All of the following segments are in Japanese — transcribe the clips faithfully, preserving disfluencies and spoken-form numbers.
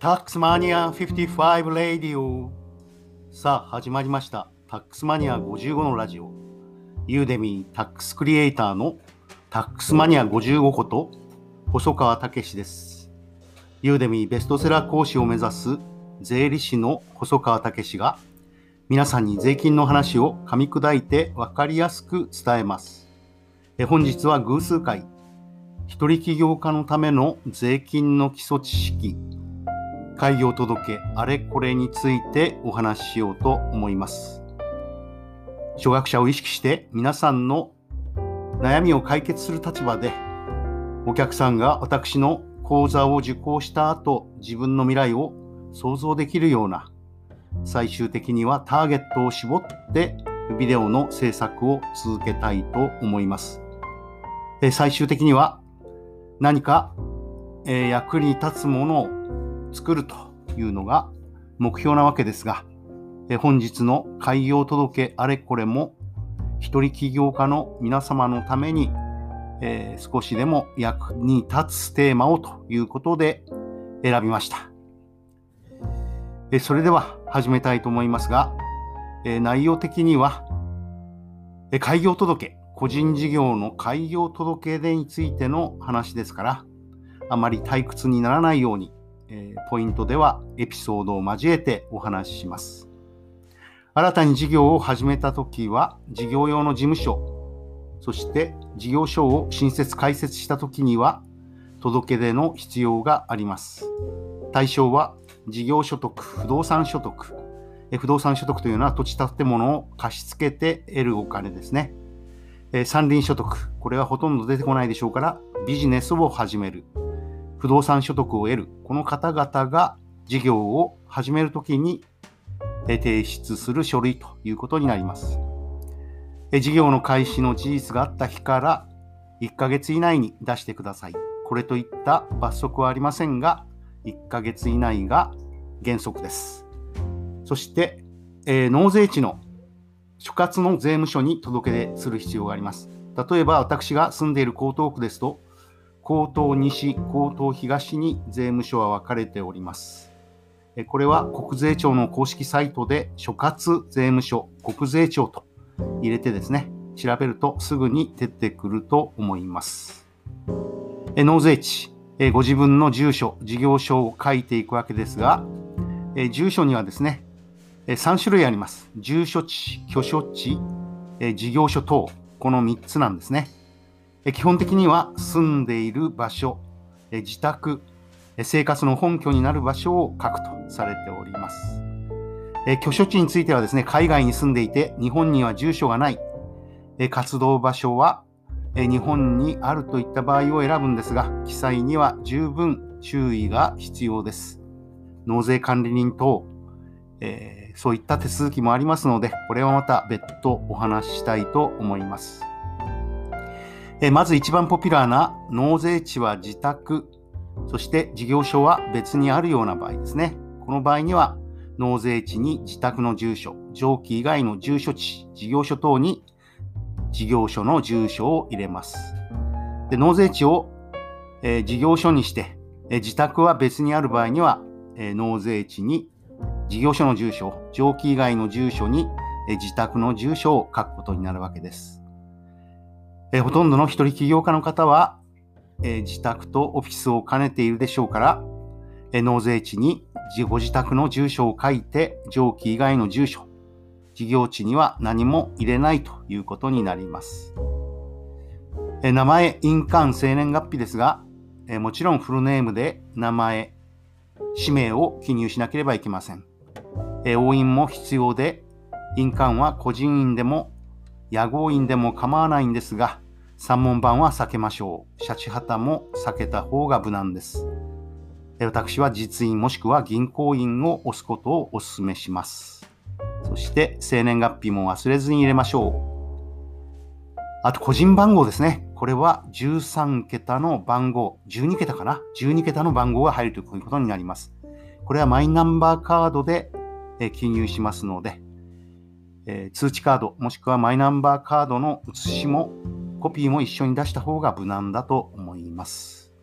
タックスマニアごじゅうごラディオ。さあ始まりました。タックスマニアごじゅうごのラジオ。ユーデミータックスクリエイターのタックスマニアごじゅうごこと細川武です。ユーデミーベストセラー講師を目指す税理士の細川武が皆さんに税金の話を噛み砕いて分かりやすく伝えます。え本日は偶数回、一人起業家のための税金の基礎知識、開業届あれこれについてお話ししようと思います。初学者を意識して皆さんの悩みを解決する立場で、お客さんが私の講座を受講した後、自分の未来を想像できるような、最終的にはターゲットを絞ってビデオの制作を続けたいと思います。最終的には何か役に立つものを作るというのが目標なわけですが、本日の開業届あれこれも一人起業家の皆様のために、えー、少しでも役に立つテーマをということで選びました。えそれでは始めたいと思いますが、え内容的にはえ開業届、個人事業の開業届出についての話ですから、あまり退屈にならないように、えー、ポイントではエピソードを交えてお話しします。新たに事業を始めたときは、事業用の事務所、そして事業所を新設開設したときには、届け出の必要があります。対象は事業所得、不動産所得。え不動産所得というのは土地建物を貸し付けて得るお金ですね。え山林所得、これはほとんど出てこないでしょうから、ビジネスを始める。不動産所得を得る。この方々が事業を始めるときに提出する書類ということになります。事業の開始の事実があった日からいっかげつ以内に出してください。これといった罰則はありませんが、いっかげつ以内が原則です。そして、えー、納税地の所轄の税務署に届け出する必要があります。例えば私が住んでいる江東区ですと、江東西、江東東に税務署は分かれております。これは国税庁の公式サイトで所轄税務署、国税庁と入れてですね、調べるとすぐに出てくると思います。納税地、ご自分の住所、事業所を書いていくわけですが、住所にはですね、さん種類あります。住所地、居所地、事業所等、このみっつなんですね。基本的には住んでいる場所、自宅、生活の本拠になる場所を書くとされております。居所地についてはですね、海外に住んでいて日本には住所がない、活動場所は日本にあるといった場合を選ぶんですが、記載には十分注意が必要です。納税管理人等、えー、そういった手続きもありますので、これはまた別途お話ししたいと思います。えまず一番ポピュラーな納税地は自宅、そして事業所は別にあるような場合ですね。この場合には納税地に自宅の住所、上記以外の住所地、事業所等に事業所の住所を入れます。で納税地を、えー、事業所にして、えー、自宅は別にある場合には、えー、納税地に事業所の住所、上記以外の住所に、えー、自宅の住所を書くことになるわけです。えー、ほとんどの一人起業家の方は、えー、自宅とオフィスを兼ねているでしょうから、えー、納税地にご自宅の住所を書いて、上記以外の住所、事業地には何も入れないということになります。えー、名前、印鑑、生年月日ですが、えー、もちろんフルネームで名前、氏名を記入しなければいけません。えー、押印も必要で、印鑑は個人印でも屋号印でも構わないんですが、三文版は避けましょう。シャチハタも避けた方が無難です。私は実印もしくは銀行印を押すことをお勧めします。そして生年月日も忘れずに入れましょう。あと個人番号ですね。これはじゅうさんけたの番号、じゅうにけたかな ?じゅうに 桁の番号が入るということになります。これはマイナンバーカードで記入しますので、えー、通知カードもしくはマイナンバーカードの写しもコピーも一緒に出した方が無難だと思います。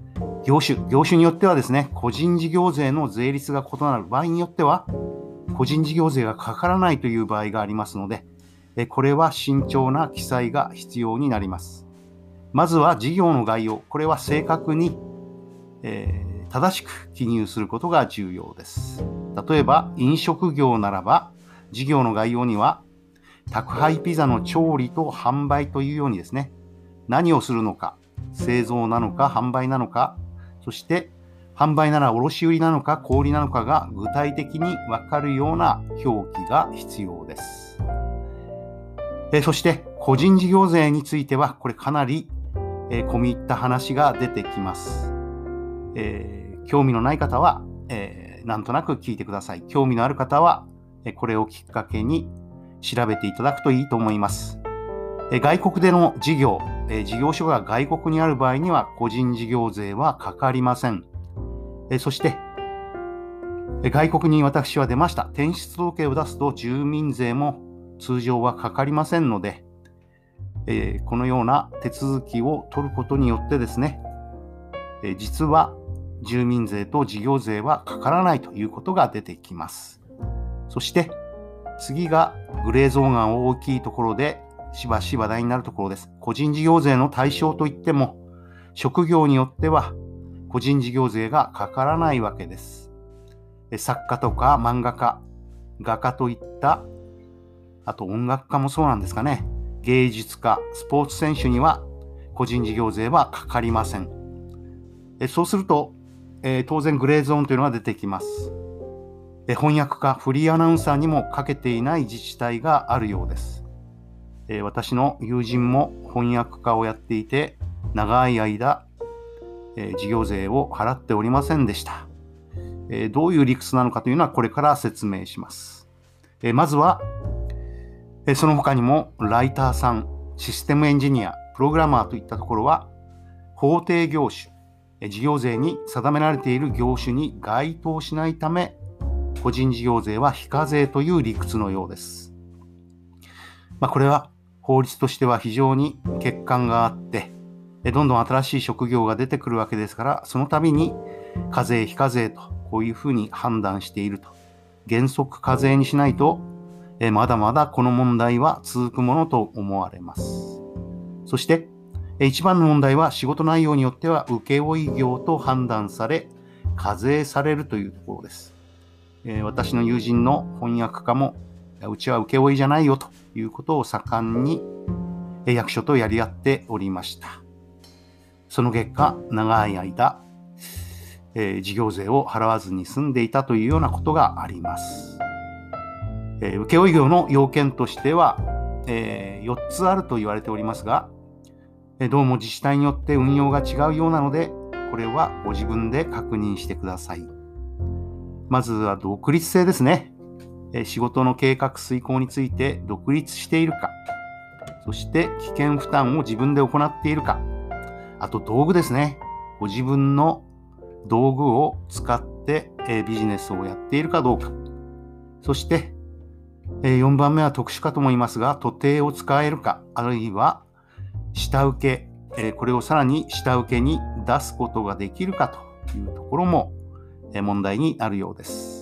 業種、業種によってはですね、個人事業税の税率が異なる場合によっては、個人事業税がかからないという場合がありますので、これは慎重な記載が必要になります。まずは事業の概要、これは正確に、えー、正しく記入することが重要です。例えば飲食業ならば、事業の概要には宅配ピザの調理と販売というようにですね、何をするのか、製造なのか販売なのか、そして販売なら卸売なのか小売なのかが具体的に分かるような表記が必要です。えそして個人事業税についてはこれかなり、えー、込み入った話が出てきます。えー、興味のない方は、えー、なんとなく聞いてください。興味のある方は、えー、これをきっかけに調べていただくといいと思います。えー、外国での事業、えー、事業所が外国にある場合には個人事業税はかかりません。えー、そしてえー、外国に私は出ました。転出届を出すと住民税も通常はかかりませんので、えー、このような手続きを取ることによってですね、えー、実は住民税と事業税はかからないということが出てきます。そして次がグレーゾーンが大きいところでしばし話題になるところです。個人事業税の対象といっても職業によっては個人事業税がかからないわけです。作家とか漫画家、画家といったあと音楽家もそうなんですかね。芸術家、スポーツ選手には個人事業税はかかりません。えそうすると、えー、当然グレーゾーンというのが出てきます。え翻訳家、フリーアナウンサーにもかけていない自治体があるようです。えー、私の友人も翻訳家をやっていて、長い間、えー、事業税を払っておりませんでした。えー、どういう理屈なのかというのはこれから説明します。えー、まずはその他にもライターさん、システムエンジニア、プログラマーといったところは法定業種、事業税に定められている業種に該当しないため、個人事業税は非課税という理屈のようです。まあ、これは法律としては非常に欠陥があって、どんどん新しい職業が出てくるわけですから、その度に課税非課税とこういうふうに判断していると。原則課税にしないとえまだまだこの問題は続くものと思われます。そしてえ一番の問題は仕事内容によっては請負業と判断され課税されるというところです。え私の友人の翻訳家もうちは請負じゃないよということを盛んに役所とやり合っておりました。その結果長い間、えー、事業税を払わずに済んでいたというようなことがあります。えー、請負業の要件としては、えー、よっつあると言われておりますが、えー、どうも自治体によって運用が違うようなので、これはご自分で確認してください。まずは独立性ですね。えー、仕事の計画遂行について独立しているか、そして危険負担を自分で行っているか、あと道具ですね。ご自分の道具を使って、えー、ビジネスをやっているかどうか、そしてよんばんめは特殊かと思いますが、徒弟を使えるか、あるいは下請け、これをさらに下請けに出すことができるかというところも問題になるようです。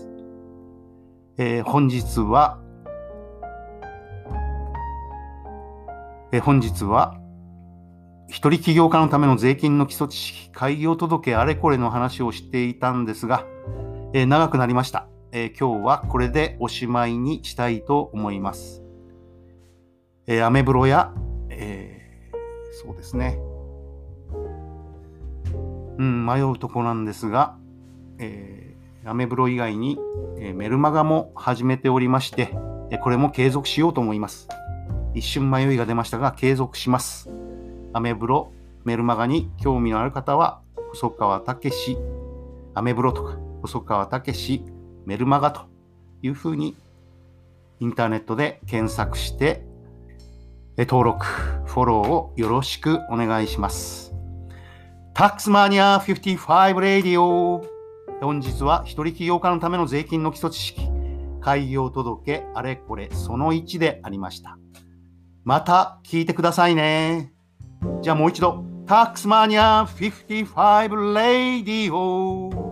えー、本日は、えー、本日は一人起業家のための税金の基礎知識、開業届あれこれの話をしていたんですが、えー、長くなりました。えー、今日はこれでおしまいにしたいと思います。えー、アメブロや、えー、そうですね、うん、迷うとこなんですが、えー、アメブロ以外に、えー、メルマガも始めておりまして、えー、これも継続しようと思います。一瞬迷いが出ましたが継続します。アメブロ、メルマガに興味のある方は細川武史、アメブロとか細川武史メルマガというふうにインターネットで検索して登録、フォローをよろしくお願いします。タックスマニアごじゅうごラディオ。本日は一人起業家のための税金の基礎知識、開業届あれこれそのいちでありました。また聞いてくださいね。じゃあもう一度。 タックスマニアごじゅうごレディオ